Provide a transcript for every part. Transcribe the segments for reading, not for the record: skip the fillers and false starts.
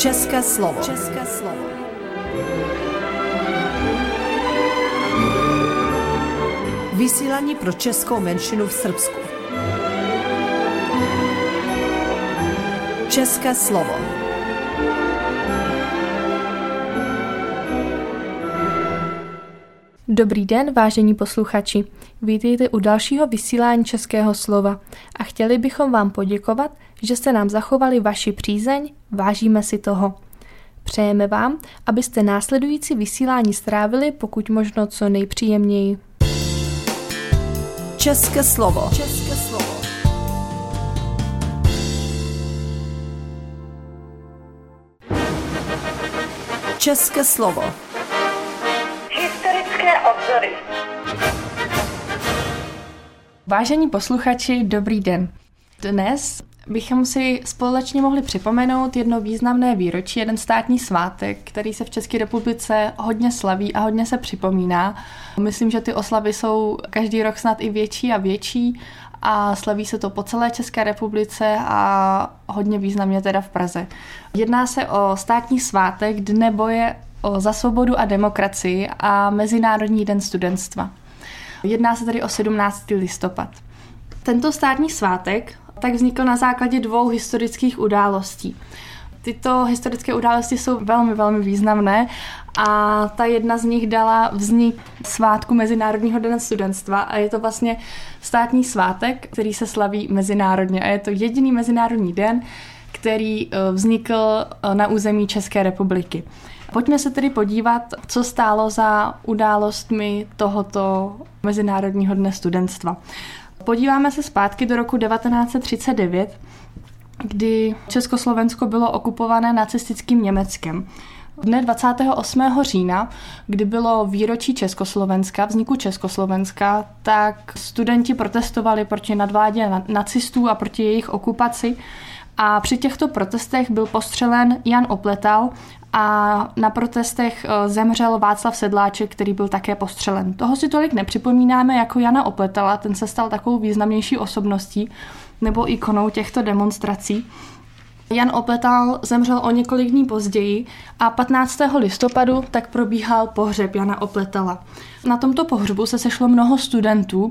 České slovo. České slovo. Vysílání pro českou menšinu v Srbsku. České slovo. Dobrý den, vážení posluchači. Vítejte u dalšího vysílání Českého slova a chtěli bychom vám poděkovat, že jste nám zachovali vaši přízeň, vážíme si toho. Přejeme vám, abyste následující vysílání strávili pokud možno co nejpříjemněji. České slovo. České slovo. České slovo. Historické obzory. Vážení posluchači, dobrý den. Dnes bychom si společně mohli připomenout jedno významné výročí, jeden státní svátek, který se v České republice hodně slaví a hodně se připomíná. Myslím, že ty oslavy jsou každý rok snad i větší a větší a slaví se to po celé České republice a hodně významně teda v Praze. Jedná se o státní svátek Dne boje za svobodu a demokracii a Mezinárodní den studentstva. Jedná se tedy o 17. listopad. Tento státní svátek tak vznikl na základě dvou historických událostí. Tyto historické události jsou velmi, velmi významné a ta jedna z nich dala vznik svátku Mezinárodního dne studentstva a je to vlastně státní svátek, který se slaví mezinárodně a je to jediný mezinárodní den, který vznikl na území České republiky. Pojďme se tedy podívat, co stálo za událostmi tohoto Mezinárodního dne studentstva. Podíváme se zpátky do roku 1939, kdy Československo bylo okupované nacistickým Německem. Dne 28. října, kdy bylo výročí Československa, vzniku Československa, tak studenti protestovali proti nadvládě nacistů a proti jejich okupaci. A při těchto protestech byl postřelen Jan Opletal a na protestech zemřel Václav Sedláček, který byl také postřelen. Toho si tolik nepřipomínáme jako Jana Opletala, ten se stal takovou významnější osobností nebo ikonou těchto demonstrací. Jan Opletal zemřel o několik dní později a 15. listopadu tak probíhal pohřeb Jana Opletala. Na tomto pohřbu se sešlo mnoho studentů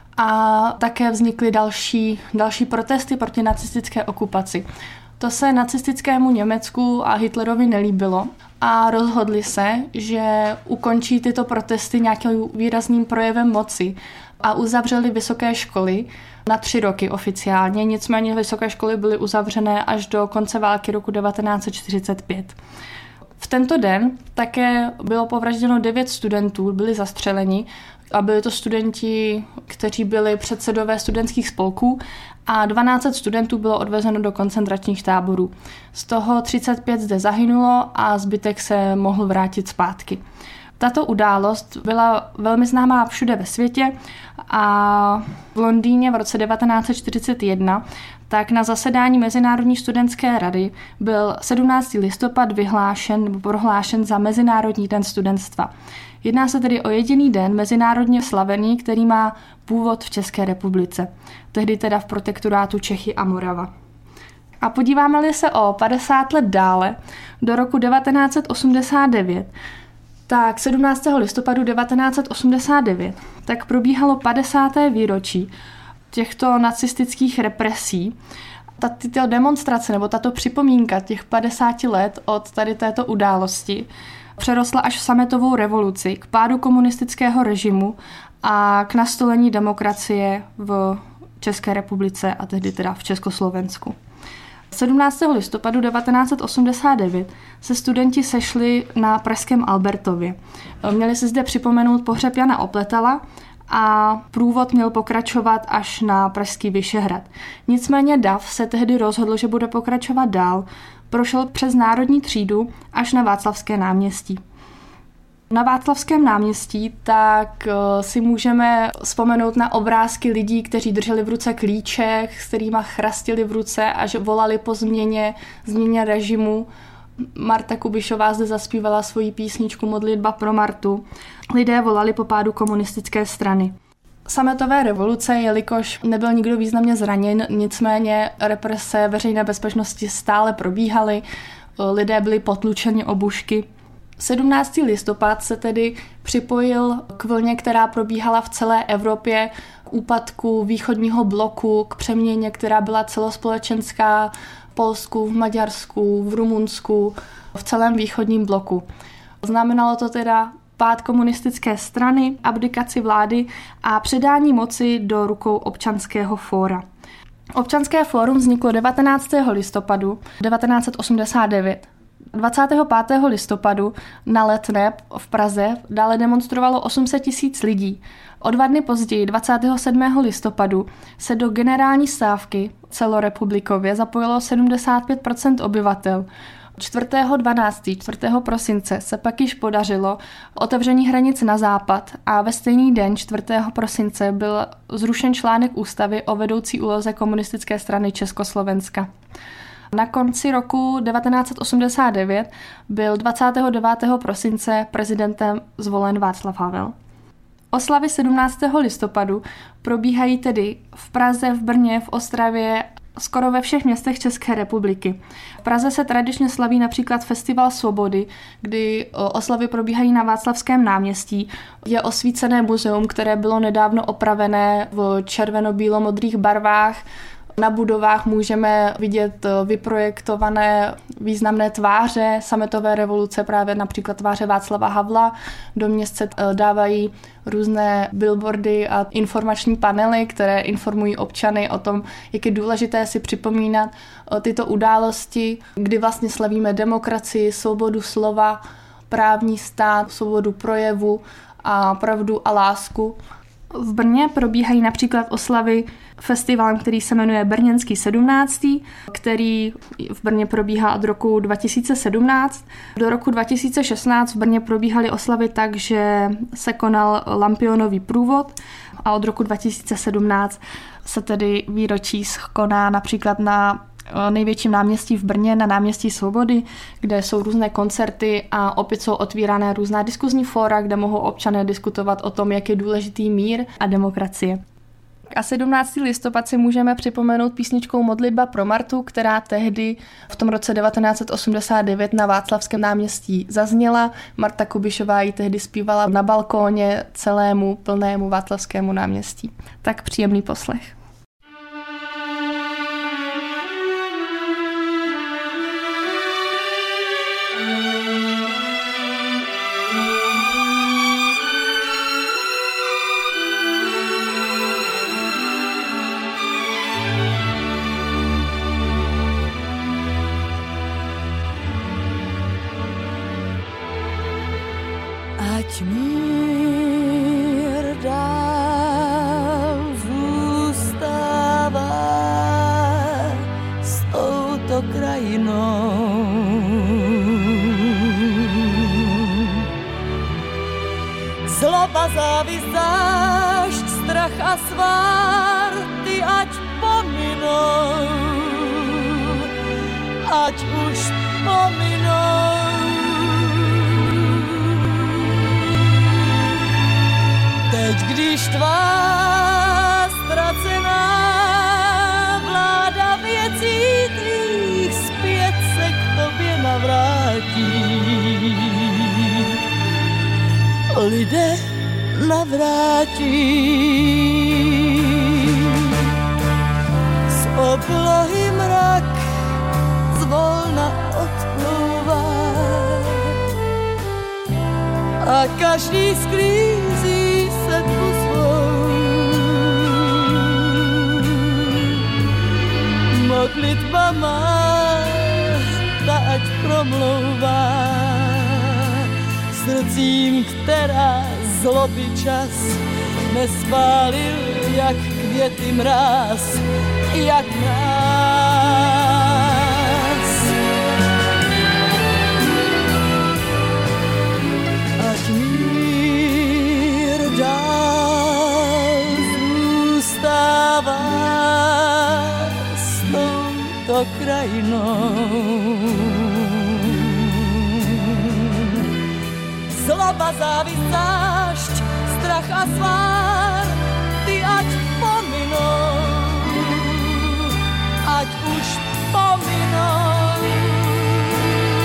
a také vznikly další protesty proti nacistické okupaci. To se nacistickému Německu a Hitlerovi nelíbilo a rozhodli se, že ukončí tyto protesty nějakým výrazným projevem moci a uzavřeli vysoké školy na 3 roky oficiálně, nicméně vysoké školy byly uzavřené až do konce války roku 1945. V tento den také bylo povražděno 9 studentů, byli zastřeleni a byli to studenti, kteří byli předsedové studentských spolků a 12 studentů bylo odvezeno do koncentračních táborů. Z toho 35 zde zahynulo a zbytek se mohl vrátit zpátky. Tato událost byla velmi známá všude ve světě a v Londýně v roce 1941 tak na zasedání Mezinárodní studentské rady byl 17. listopad prohlášen za Mezinárodní den studentstva. Jedná se tedy o jediný den mezinárodně slavený, který má původ v České republice, tehdy teda v protektorátu Čechy a Morava. A podíváme-li se o 50 let dále, do roku 1989, tak 17. listopadu 1989 tak probíhalo 50. výročí těchto nacistických represí. Tato demonstrace nebo tato připomínka těch 50 let od tady této události přerostla až v sametovou revoluci, k pádu komunistického režimu a k nastolení demokracie v České republice a tehdy teda v Československu. 17. listopadu 1989 se studenti sešli na pražském Albertově. Měli si zde připomenout pohřeb Jana Opletala a průvod měl pokračovat až na pražský Vyšehrad. Nicméně DAV se tehdy rozhodl, že bude pokračovat dál. Prošel přes Národní třídu až na Václavské náměstí. Na Václavském náměstí tak si můžeme vzpomenout na obrázky lidí, kteří drželi v ruce klíče, s kterýma chrastili v ruce a že volali po změně režimu. Marta Kubišová zde zaspívala svoji písničku Modlitba pro Martu. Lidé volali po pádu komunistické strany. Sametové revoluce, jelikož nebyl nikdo významně zraněn, nicméně represe veřejné bezpečnosti stále probíhaly. lidé byli potlučeni obušky. 17. listopad se tedy připojil k vlně, která probíhala v celé Evropě, k úpadku východního bloku, k přeměně, která byla celospolečenská v Polsku, v Maďarsku, v Rumunsku, v celém východním bloku. Znamenalo to teda pád komunistické strany, abdikaci vlády a předání moci do rukou Občanského fóra. Občanské fórum vzniklo 19. listopadu 1989. 25. listopadu na Letné v Praze dále demonstrovalo 800 000 lidí. O 2 dny později, 27. listopadu, se do generální stávky celorepublikově zapojilo 75% obyvatel. 4. prosince se pak již podařilo otevření hranic na západ a ve stejný den 4. prosince byl zrušen článek ústavy o vedoucí úloze komunistické strany Československa. Na konci roku 1989 byl 29. prosince prezidentem zvolen Václav Havel. Oslavy 17. listopadu probíhají tedy v Praze, v Brně, v Ostravě, skoro ve všech městech České republiky. V Praze se tradičně slaví například Festival svobody, kdy oslavy probíhají na Václavském náměstí. Je osvícené muzeum, které bylo nedávno opravené v červeno-bílo-modrých barvách. Na budovách můžeme vidět vyprojektované významné tváře sametové revoluce, právě například tváře Václava Havla. Do měst se dávají různé billboardy a informační panely, které informují občany o tom, jak je důležité si připomínat tyto události, kdy vlastně slavíme demokracii, svobodu slova, právní stát, svobodu projevu a pravdu a lásku. V Brně probíhají například oslavy festivalem, který se jmenuje Brněnský 17., který v Brně probíhá od roku 2017. Do roku 2016 v Brně probíhaly oslavy tak, že se konal Lampionový průvod a od roku 2017 se tedy výročí koná například na největším náměstí v Brně, na náměstí Svobody, kde jsou různé koncerty a opět jsou otvírané různá diskuzní fóra, kde mohou občané diskutovat o tom, jak je důležitý mír a demokracie. A 17. listopad si můžeme připomenout písničkou Modlitba pro Martu, která tehdy v tom roce 1989 na Václavském náměstí zazněla. Marta Kubišová ji tehdy zpívala na balkóně celému plnému Václavskému náměstí. Tak příjemný poslech. Ať mír dál zůstává s touto krajinou. Zloba, závist, zášť, strach a svár, ty ať pominou, ať už pominou. Teď, když tvá ztracená vláda věcí tvých zpět se k tobě navrátí, lidé navrátí. Z oblohy mrak zvolna odplouvá a každý sklízí setvu svou. Modlitba má, ta ať promlouvá srdcím, která zloby čas nespálil, jak květy mráz, jak nás. Ať mír dál zůstává s touto krajinou. Zloba, závist, zášť, strach a svár, ty ať pominou, ať už pominou.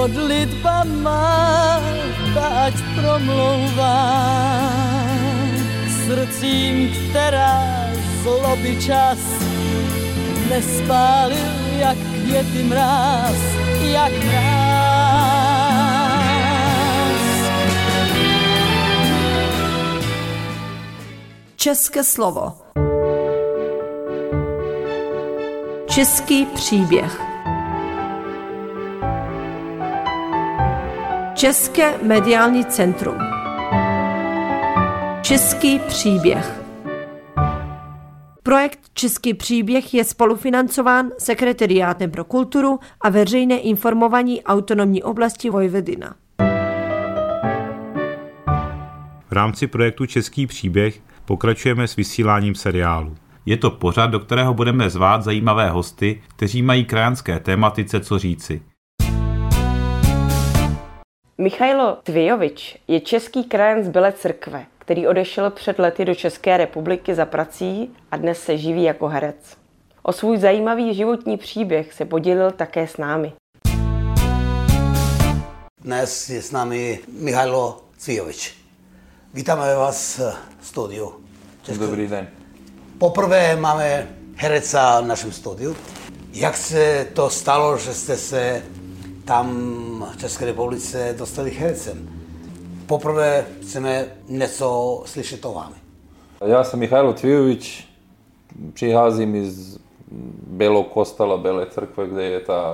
modlitba má, ať promlouvá k srdcím, která zloby čas nespálil, jak květy mráz, jak mráz. České slovo. Český příběh. České mediální centrum. Český příběh. Projekt Český příběh je spolufinancován Sekretariátem pro kulturu a veřejné informování autonomní oblasti Vojvodina. V rámci projektu Český příběh pokračujeme s vysíláním seriálu. Je to pořad, do kterého budeme zvát zajímavé hosty, kteří mají krajanské tématice co říci. Michailo Tvijovič je český krajan z Bílé Crkve, který odešel před lety do České republiky za prací a dnes se živí jako herec. O svůj zajímavý životní příběh se podělil také s námi. Dnes je s námi Michailo Tvijovič. Vítáme vás v studiu. Dobrý den. Poprvé máme hereca v našem studiu. Jak se to stalo, že jste se tam v České republice dostali herecem? Poprvé chceme něco slyšet o vámi. Ja sam Michailo Tvijović, priházím iz Belog Kostela, Bele crkve, gdje je ta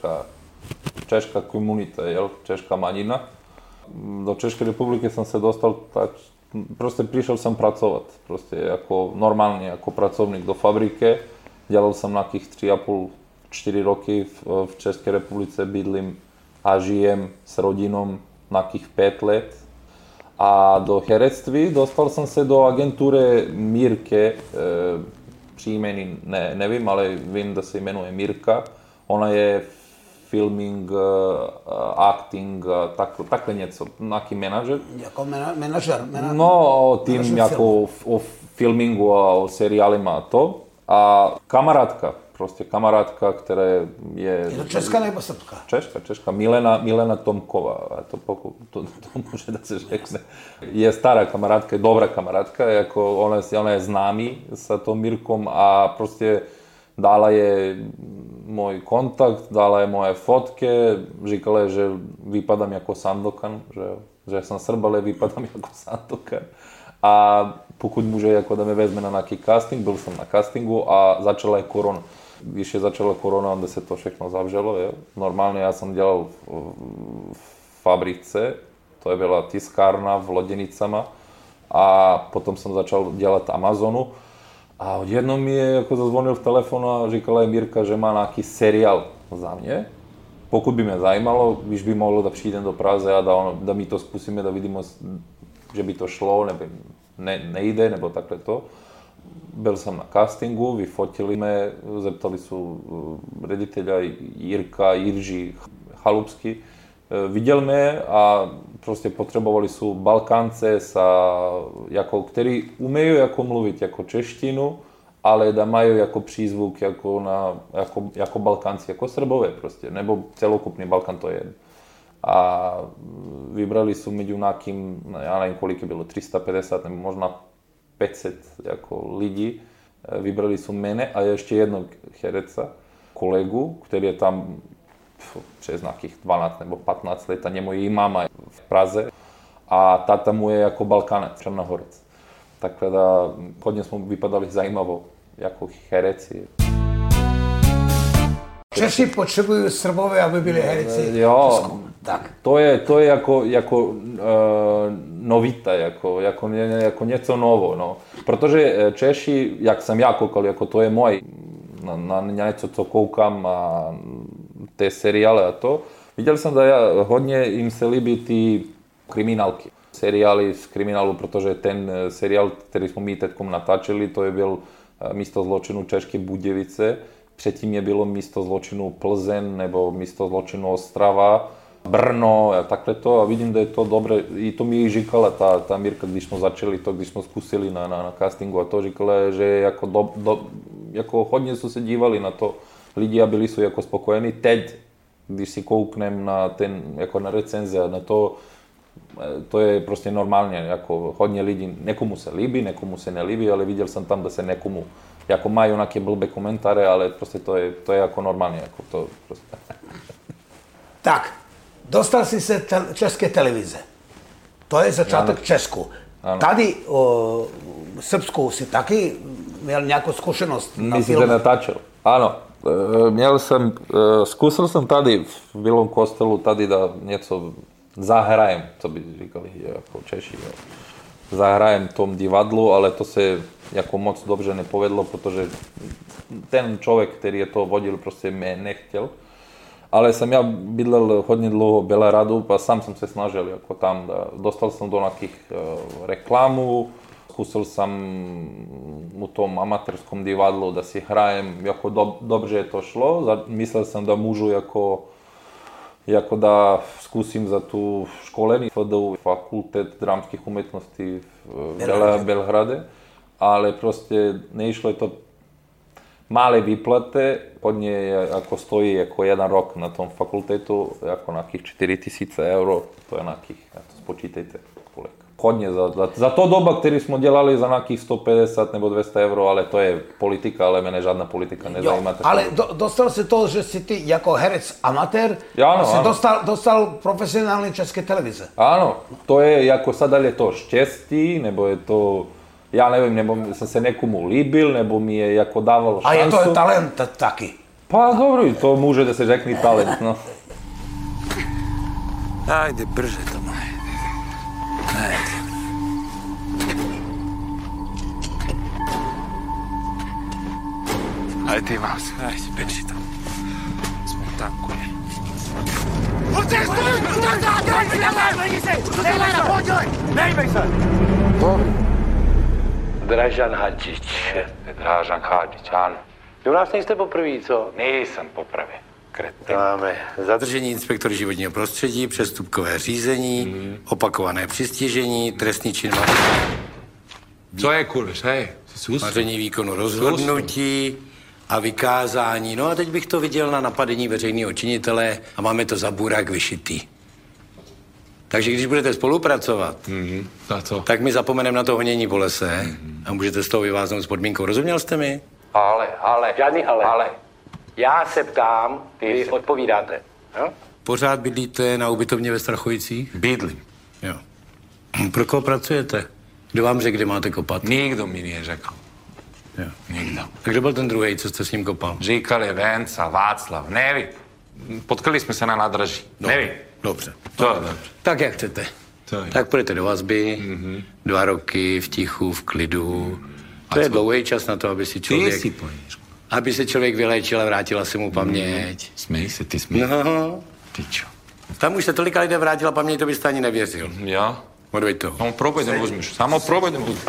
češka komunita, češka manjina. Do Češke republike sam se dostal, proste prišel sam pracovat, normalni, jako pracovnik do fabrike. Dělal sam nakih 3,5-4 roky v České republice, bydlím a žijem s rodinom nakih 5 let. A do herectví dostal sam se do agenture Mirke, příjmení nevím, ale vím, da se jmenuje Mirka. Ona je filming, acting, takhle něco, nějaký manažer. Jako manažer? No, tím jako o filmingu a o seriálima a to. A kamarádka, která je... Je to česká nebo srbská? Češka. Milena Tomková, to může da se řekne. Je stará kamarádka, je dobrá kamarádka, jako ona je známý sa tom Mirkom a prostě dala je můj kontakt, dala je moje fotke, říkala je, že vypadám jako Sandokan, že jsem Srb, ale vypadám jako Sandokan. A pokud může, jako da me vezme na nějaký casting, byl jsem na castingu a začala je korona. Když je začala korona, onda se to všechno zavřelo. Je. Normálně já jsem dělal v fabrice, to je byla tiskárna v Loděnicama a potom jsem začal dělat Amazonu. A jednou mi je jako zazvonil v telefonu a říkala je Mirka, že má nějaký seriál za mě. Pokud by mě zajímalo, když by mohlo, da přijdem do Praze a da mi to zkusíme, da vidíme, že by to šlo, nebo nejde, nebo takhle to. Byl jsem na castingu, vyfotili mě, zeptali se rediteľa Jiří Chalupský. Viděl mě a prostě potřebovali jsou Balkánce, který umějí jako mluvit jako češtinu, ale da mají jako přízvuk jako Balkánci, jako Srbové prostě, nebo celokupný Balkán to je. A vybrali jsou među nějakým, já nevím, kolik bylo, 350 nebo možná 500 jako lidí. Vybrali jsou mene a ještě jednog hereca, kolegu, který je tam přes nějakých 12 nebo 15 let a njemu je i mama v Praze a tata mu je jako Balkanec, Črnohorec. Takhle da hodně jsme vypadali zajímavo jako hereci. Češi potřebují Srbové, aby byli herci. Jo, tak. To je jako novita, jako něco novo, no. Protože Češi, jak jsem já koukal, jako to je můj, na něco, co koukám a te seriály a to, viděl jsem, da hodně jim se líbí ty kriminálky. Seriály z kriminálu, protože ten seriál, který jsme my teďkom natáčeli, to je byl místo zločinu České Budějovice. Předtím je bylo místo zločinu Plzeň nebo místo zločinu Ostrava, Brno a takhle to a vidím, že je to dobré. I to mi říkala ta Mirka, když jsme začali to, když jsme zkusili na castingu a to říkala, že jako hodně jsou se dívali na to lidi a byli jsou jako spokojení. Teď když si kouknem na jako na recenze, na to je prostě normálně, jako hodně lidí, někomu se líbí, někomu se nelíbí, ale viděl jsem tam, da se někomu, jako mají nějaké blbé komentáře, ale prostě to je jako normálně, jako to prostě. Tak, dostal si se české televize. To je začátek Česku. Ano. Tady v Srbsku si taky měl nějakou zkušenost na Myslíte, filmu? natáčel? Ano. Zkusil jsem tady v Bílom kostelu tady da něco zahrajem, co by říkali jako Češi. Jo. Zahrajem tom divadlu, ale to se jako moc dobře nepovedlo, protože ten člověk, který je to vodil, prostě mě nechtěl. Ale jsem já bydlel hodně dlouho v Bělehradu a sám jsem se snažil jako tam, dostal jsem do nějakých reklamů, zkusil jsem u tom amatérskom divadlu, da si hrajem, jako dobře to šlo, myslel jsem, da můžu jako da zkusím za tu školení FDU, Fakultet dramských umětností v Bělehrade, ale prostě nešlo to malé výplaty, hodně jako stojí jako 1 rok na tom fakultetu, jako nějakých 4 000 euro, to je nějakých, to spočítejte kolik. Hodně za to doba, který jsme dělali za nějakých 150 nebo 200 euro, ale to je politika, ale mě žádná politika nezajímá. Ale dostal se to, že si ty jako herec amatér, ano. dostal profesionální české televize. Ano, to je jako sada je to štěstí, nebo je to, já nevím, nebo jsem se někomu líbil, nebo mi je jako dával šansu. A je to talent taky. Pa dobro, to může da se řekne talent, no. Ajde, brže to moje. Ajde. Ajde ti vas, ajde, beži tam. Smo tako je. Dražan Hadžič. Dražan Hadžič, ano. Vy u nás nejste poprvé, co? Nejsem poprvé. Kreten. Máme zadržení inspektory životního prostředí, přestupkové řízení, opakované přistižení, trestný čin Co je kurz, hej? maření výkonu rozhodnutí a vykázání. No a teď bych to viděl na napadení veřejného činitele a máme to za burák vyšitý. Takže když budete spolupracovat, tak my zapomeneme na to honění po lese a můžete z toho vyváznout s podmínkou. Rozuměl jste mi? Ale. Žádný ale. Ale. Já se ptám, vy odpovídáte. Jo? Pořád bydlíte na ubytovně ve Strachovicích? Bydlím. Jo. Pro koho pracujete? Kdo vám řekl, kde máte kopat? Nikdo mi nije řekl. Jo. Nikdo. A kdo byl ten druhý, co jste s ním kopal? Říkali Venca, Václav, nevím. Potkali jsme se na nádraží. Nevím. Dobře. To je dobře. Tak jak chcete. Tak půjdete do vazby, 2 roky v tichu, v klidu. To je dlouhý čas na to, aby si člověk... Ty si pojíš. Aby se člověk vylečil a vrátila se mu paměť. Smej se, ty smej. No. Ty čo? Tam už se tolika lidé vrátila paměť, to byste ani nevěřil. Ja? Odveď to. Samo probaj da uzmeš. Samo probaj da uzmeš.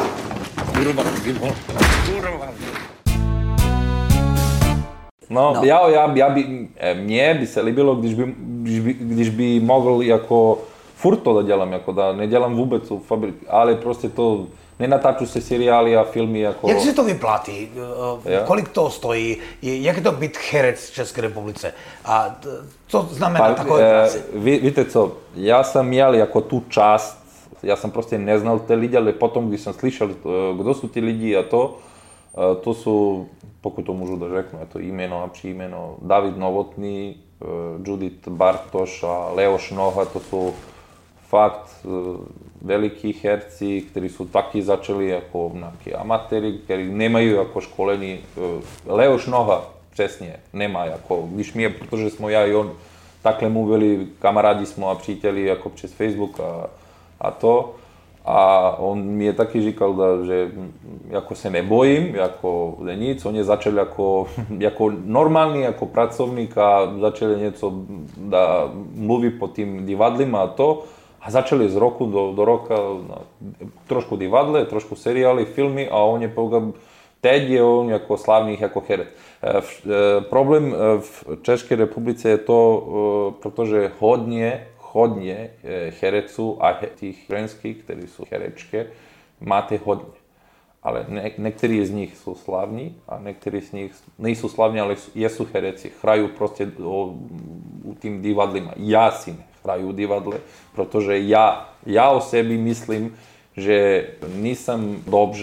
No. Mně by se líbilo, když by mohl jako furt to da dělám, jako da ne dělám vůbec u fabriky, ale prostě to nenatáču se seriály a filmy jako... Jak se to vyplatí? Kolik to stojí? Jak je to být herec v České republice? A co znamená takové práci? Víte co, já jsem měl jako tu část, já jsem prostě neznal ty lidi, ale potom, když jsem slyšel, kdo jsou ty lidi a to jsou, pokud to můžu da řeknu, je to jméno a příjmeno, David Novotný, Judith Bartoš a Leoš Noha, to jsou fakt velikí herci, kteří jsou taky začali jako nějaký amatéry, kteří nemají jako školení. Leoš Noha přesně nemá jako, když mě, protože jsme já i on takhle mluvili, kamarádi jsme a příteli jako přes Facebook a to. A on mi taky říkal, že jako se nebojím, jako nic, on je začal jako normální, jako pracovník a začali něco da mluví po tým divadlima a to. A začali z roku do roka trošku divadle, trošku seriály, filmy a on je teď je on jako slavný jako herec. Problém v České republice je to, protože hodně hereců a těch ženských, kteří jsou herečky, máte hodně. Ale někteří z nich jsou slavní a někteří z nich nejsou slavní, ale jsou hereci. Hrají prostě u tim divadlima. Ja si ne hraju u divadle, protože ja o sebi mislim, že nisam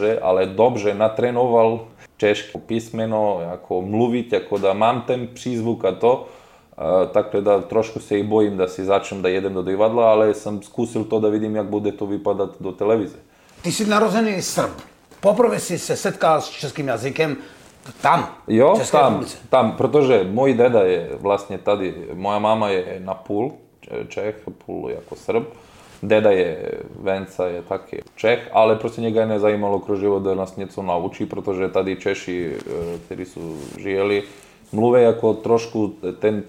dobře natrenoval češko pismeno, jako mluvit, jako da mám ten přízvuk a to. Tako da trošku se i bojim da si začnem da jedem do divadla, ale sam skusil to da vidim jak bude to vypadat do televize. Ty jsi narozený Srb. Poprvé si se setkal s českým jazykem tam, jo, v České republice. Tam, protože můj deda je vlastně tady, moja mama je na půl Čech, půl jako Srb. Deda je Venca, je taky Čech, ale prostě njega je nezajímalo kroz život da nas něco nauči, protože tady Češi, kteří su žijeli, mluve jako trošku ten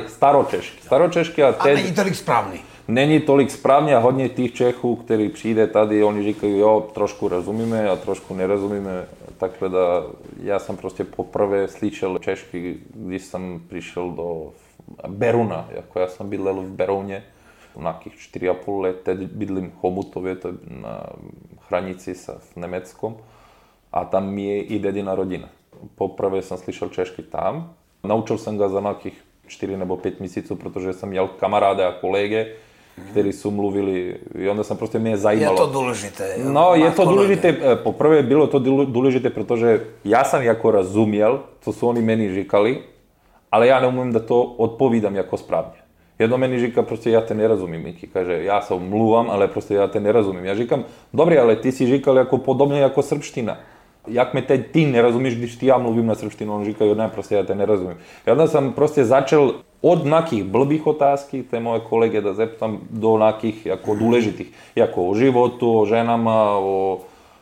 staročeški, a není tolik správný. Není tolik správně a hodně tých Čechů, kteří přijde tady, oni říkají, jo, trošku rozumíme a trošku nerozumíme. Takhle da, já jsem prostě poprvé slyšel češky, když jsem přišel do Beruna, jako já jsem bydlel v Berouně nějakých 4,5 let, teď bydlím v Chomutově, to je na hranici s Německom a tam je i dedina rodina. Poprvé jsem slyšel češky tam, naučil jsem ga za nějakých 4 nebo 5 měsíců, protože jsem měl kamaráde a kolegy, kteří jsou mluvili i onda jsem prostě mě zajímalo. Je to důležité. No, je to důležité, poprvé bylo to důležité, protože já jsem jako rozuměl, co jsou oni meni říkali, ale já neumím da to odpovídám jako správně. Jedno meni říká, prostě já te ne razumím, Miki, kaže, ja se omluvam, ale prostě ja te ne razumím. Ja říkam, dobri, ale ti si říkal jako podobně jako srpština. Jak me teď ty ne razumíš, když ti ja mluvím na srpštinu? On říká, ne, prostě ja te ne razumím. I onda sam prostě začal od nekih blbih otázky, te moje kolege da zeptam, do nekih jako důležitých, jako o životu, o ženama, o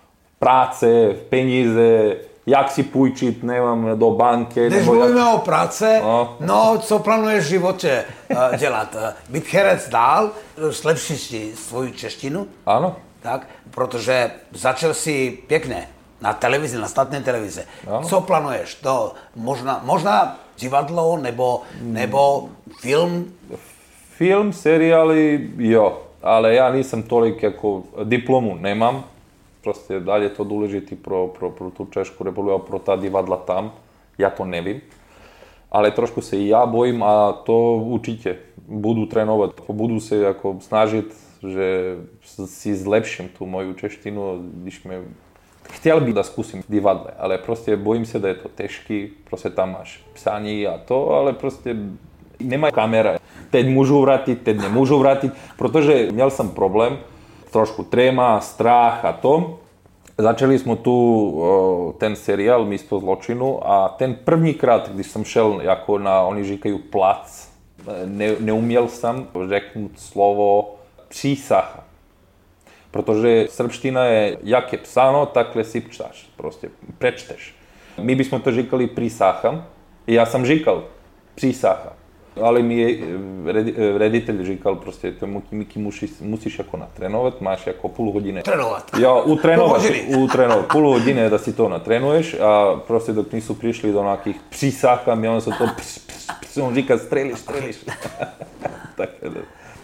práce, peníze, jak si půjčit, nevím, do banky. Když mluvíme o práce, no, co plánuješ v životě dělat? Být herec dál, zlepšit si svoji češtinu? Ano. Tak, protože začal si pěkně na televizi, na státní televize. Ano. Co plánuješ? To možná divadlo nebo film? Film, seriály, jo, ale já nejsem tolik jako diplomu nemám. Prostě da li je to důležitý pro tu Češku republiku, pro ta divadla tam, ja to nevím. Ale trošku se i ja bojím a to určitě budu trénovat. Budu se jako snažit, že si zlepším tu moju češtinu, když chtěl bych da zkusím divadle, ale prostě bojím se da je to těžký, prostě tam máš psaní a to, ale prostě nemá kamera. Teď můžu vrátit, teď nemůžu vrátit, protože měl jsem problém, trošku tréma, strach a to. Začali jsme tu ten seriál Místo zločinu a ten prvníkrát, když jsem šel jako na, oni říkají plac, neuměl jsem řeknout slovo přísaha. Protože srbština je, jak je psáno, takhle si pčáš, prostě prečteš. My bychom to říkali prísaham, já jsem říkal přísaha. Ale mi reditelj říkal prostě, Miki musíš jako natrénovat, máš jako půl hodiny. Trénovat. Jo, utrénovat, půl hodiny da si to natrénuješ a prostě dok nisu prišli do nějakých přísah a mi on se to on říká streliš. Tak da.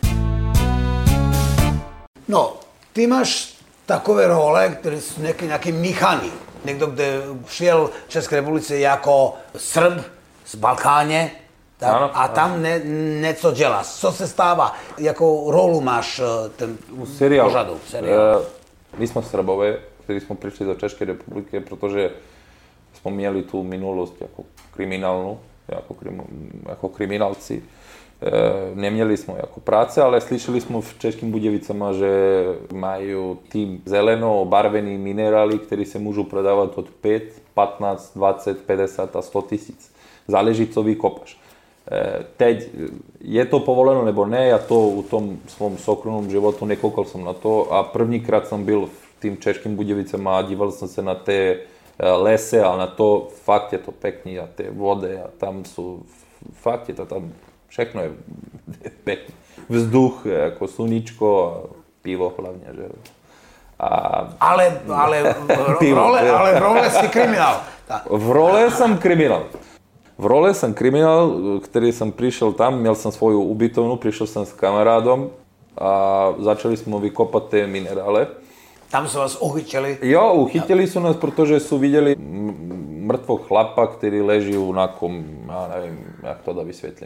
No, ty máš takové role, které jsou nějaký mechanik. Někdo, kdo přijel v České republice jako Srb z Balkáně, tak, ano, a tam něco děláš. Co se stává? Jakou rolu máš ten pořadu? My jsme Srbové, kteří jsme přišli do České republiky, protože jsme měli tu minulost jako kriminálnu, jako kriminálci. Neměli jsme jako práce, ale slyšeli jsme v Českým Budějovicama, že mají tým zeleno barvený minerály, které se můžou prodávat od 5, 15, 20, 50 a 100 tisíc. Záleží, co vykopaš. Teď je to povoleno nebo ne, já to u tom svom soukromém životu nekoukal jsem na to a prvníkrát jsem byl v tým Českým Budějovicama a díval jsem se na té lese a na to, fakt je to pěkný a té vody a tam jsou, fakt je to tam, všechno je pěkný. Vzduch, jako sluníčko a pivo hlavně, že? Ale v role si kriminál. V role jsem kriminál. V role jsem kriminál, který jsem přišel tam, měl jsem svoju ubytovnu, přišel jsem s kamarádom a začali jsme vykopat ty minerály. Tam se vás uchytili? Jo, uchytili se nás, protože jsou viděli mrtvého chlapa, který leží u nějakom, já nevím, jak to da vysvětlím.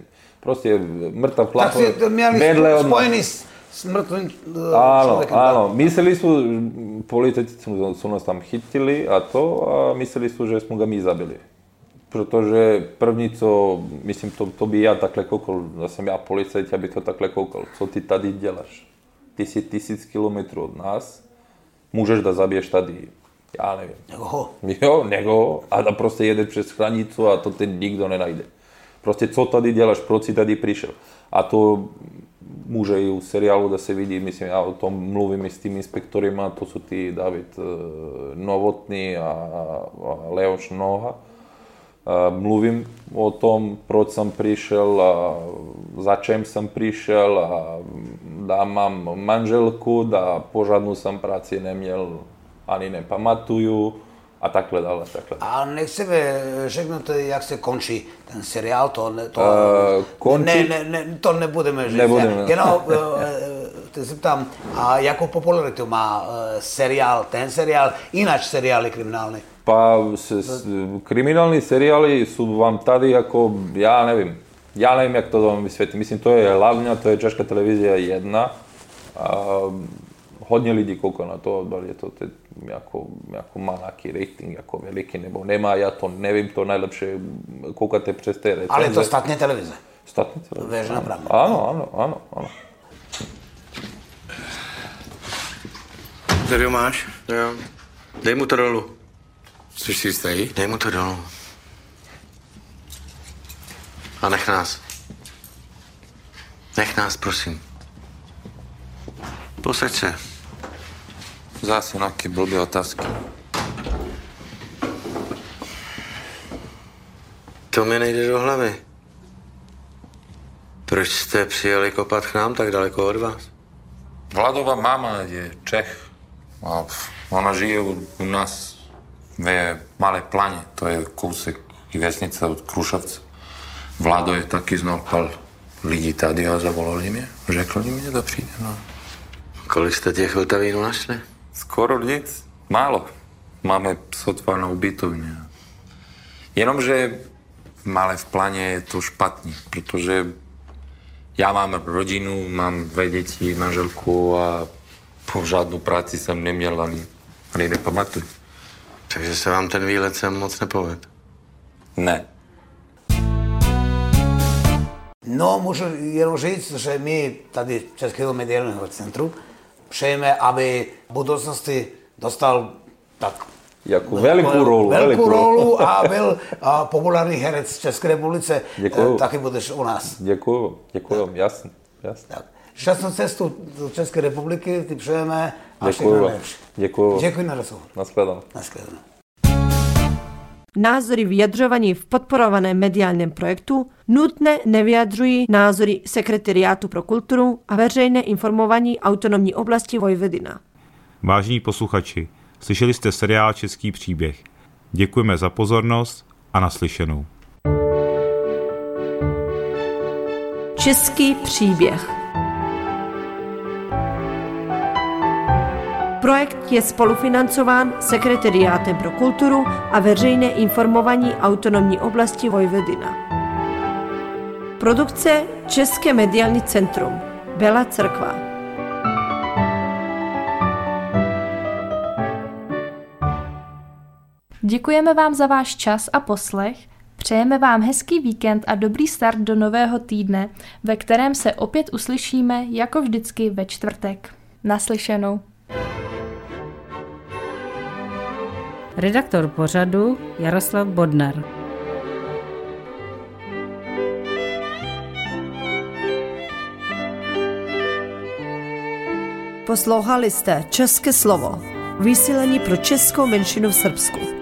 Proste mŕtav chlap. Tak si to mieli spojený s mŕtvým človekom. Áno, mysleli sú, policajti sú nás tam chytili a mysleli sú, že sme ga my zabili. Protože první, co, myslím, to by já takhle koukal, jsem já policajt, aby to takhle koukal. Co ty tady děláš? Ty jsi 1000 kilometrů od nás, můžeš da zabiješ tady, já nevím. Někoho. A prostě jedeš přes hranicu a to ten nikdo nenajde. Prostě co tady děláš, proč jsi tady přišel? A to může i u seriálu, da se vidí, myslím, já o tom mluvím i s tými inspektorima, to jsou ty David Novotný a Leoš Noha. Mluvím o tom, proč jsem přišel a za čem jsem přišel a mám manželku, pořádnou jsem práci neměl, ani nepamatuju a takhle dále. A nechceme řeknout, jak se končí ten seriál, to nebudeme říct. Jenom se zeptám, a jakou popularitu má ten seriál, jináč seriály kriminální? Kriminální seriály jsou vám tady jako, já nevím, jak to vám vysvětlit. Myslím, to je hlavně, to je Česká televize 1. Hodně lidí kouká na to, je to jako má nějaký rating jako veliký, nebo nemá, já to nevím, to nejlepší koukáte přes té recenze. Ale to státní televize. Státní televize. Veřejná pravda. Ano. Tady ho máš? Jo. Dej mu to dolů. Jsi si jistý? Dej mu to dolů. A nech nás. Nech nás, prosím. Posaď se. Zase nějaké blbé otázky. To mi nejde do hlavy. Proč jste přijeli kopat k nám tak daleko od vás? Vladová máma je Čech. A ona žije u nás ve Malé Planě. To je kousek i vesnice od Krušovce. Vlado je taky znal pár lidí tady a zavolali mě. Řekli mi, že to přijde. No. Kolik jste těch otavínů našli? Skoro nic. Málo. Máme sotva na ubytovně. Jenomže v Malé Planě je to špatně, protože já mám rodinu, mám 2 děti, manželku a po žádnou práci jsem neměl ani nepamatuju. Takže se vám ten výlet sem moc nepovedl? Ne. No, můžu jenom říct, že my tady Českého mediálního centru přejeme, aby v budoucnosti dostal tak jako velkou rolu a byl populární herec v České republice. Děkuju. Taky budeš u nás. Děkuju, jasně. Tak. Šťastnou cestu do České republiky ti přejeme a všechno nejlepší. Děkuju. Děkuji na rozhovor. Nashledanou. Názory vyjadřovaní v podporovaném mediálním projektu nutně nevyjadřují názory Sekretariátu pro kulturu a veřejné informování autonomní oblasti Vojvodina. Vážení posluchači, slyšeli jste seriál Český příběh. Děkujeme za pozornost a naslyšenou. Český příběh. Projekt je spolufinancován Sekretariátem pro kulturu a veřejné informování autonomní oblasti Vojvodina. Produkce České mediální centrum Bela Crkva. Děkujeme vám za váš čas a poslech. Přejeme vám hezký víkend a dobrý start do nového týdne, ve kterém se opět uslyšíme jako vždycky ve čtvrtek. Naslyšenou. Redaktor pořadu Jaroslav Bodnar. Poslouchali jste České slovo, vysílání pro českou menšinu v Srbsku.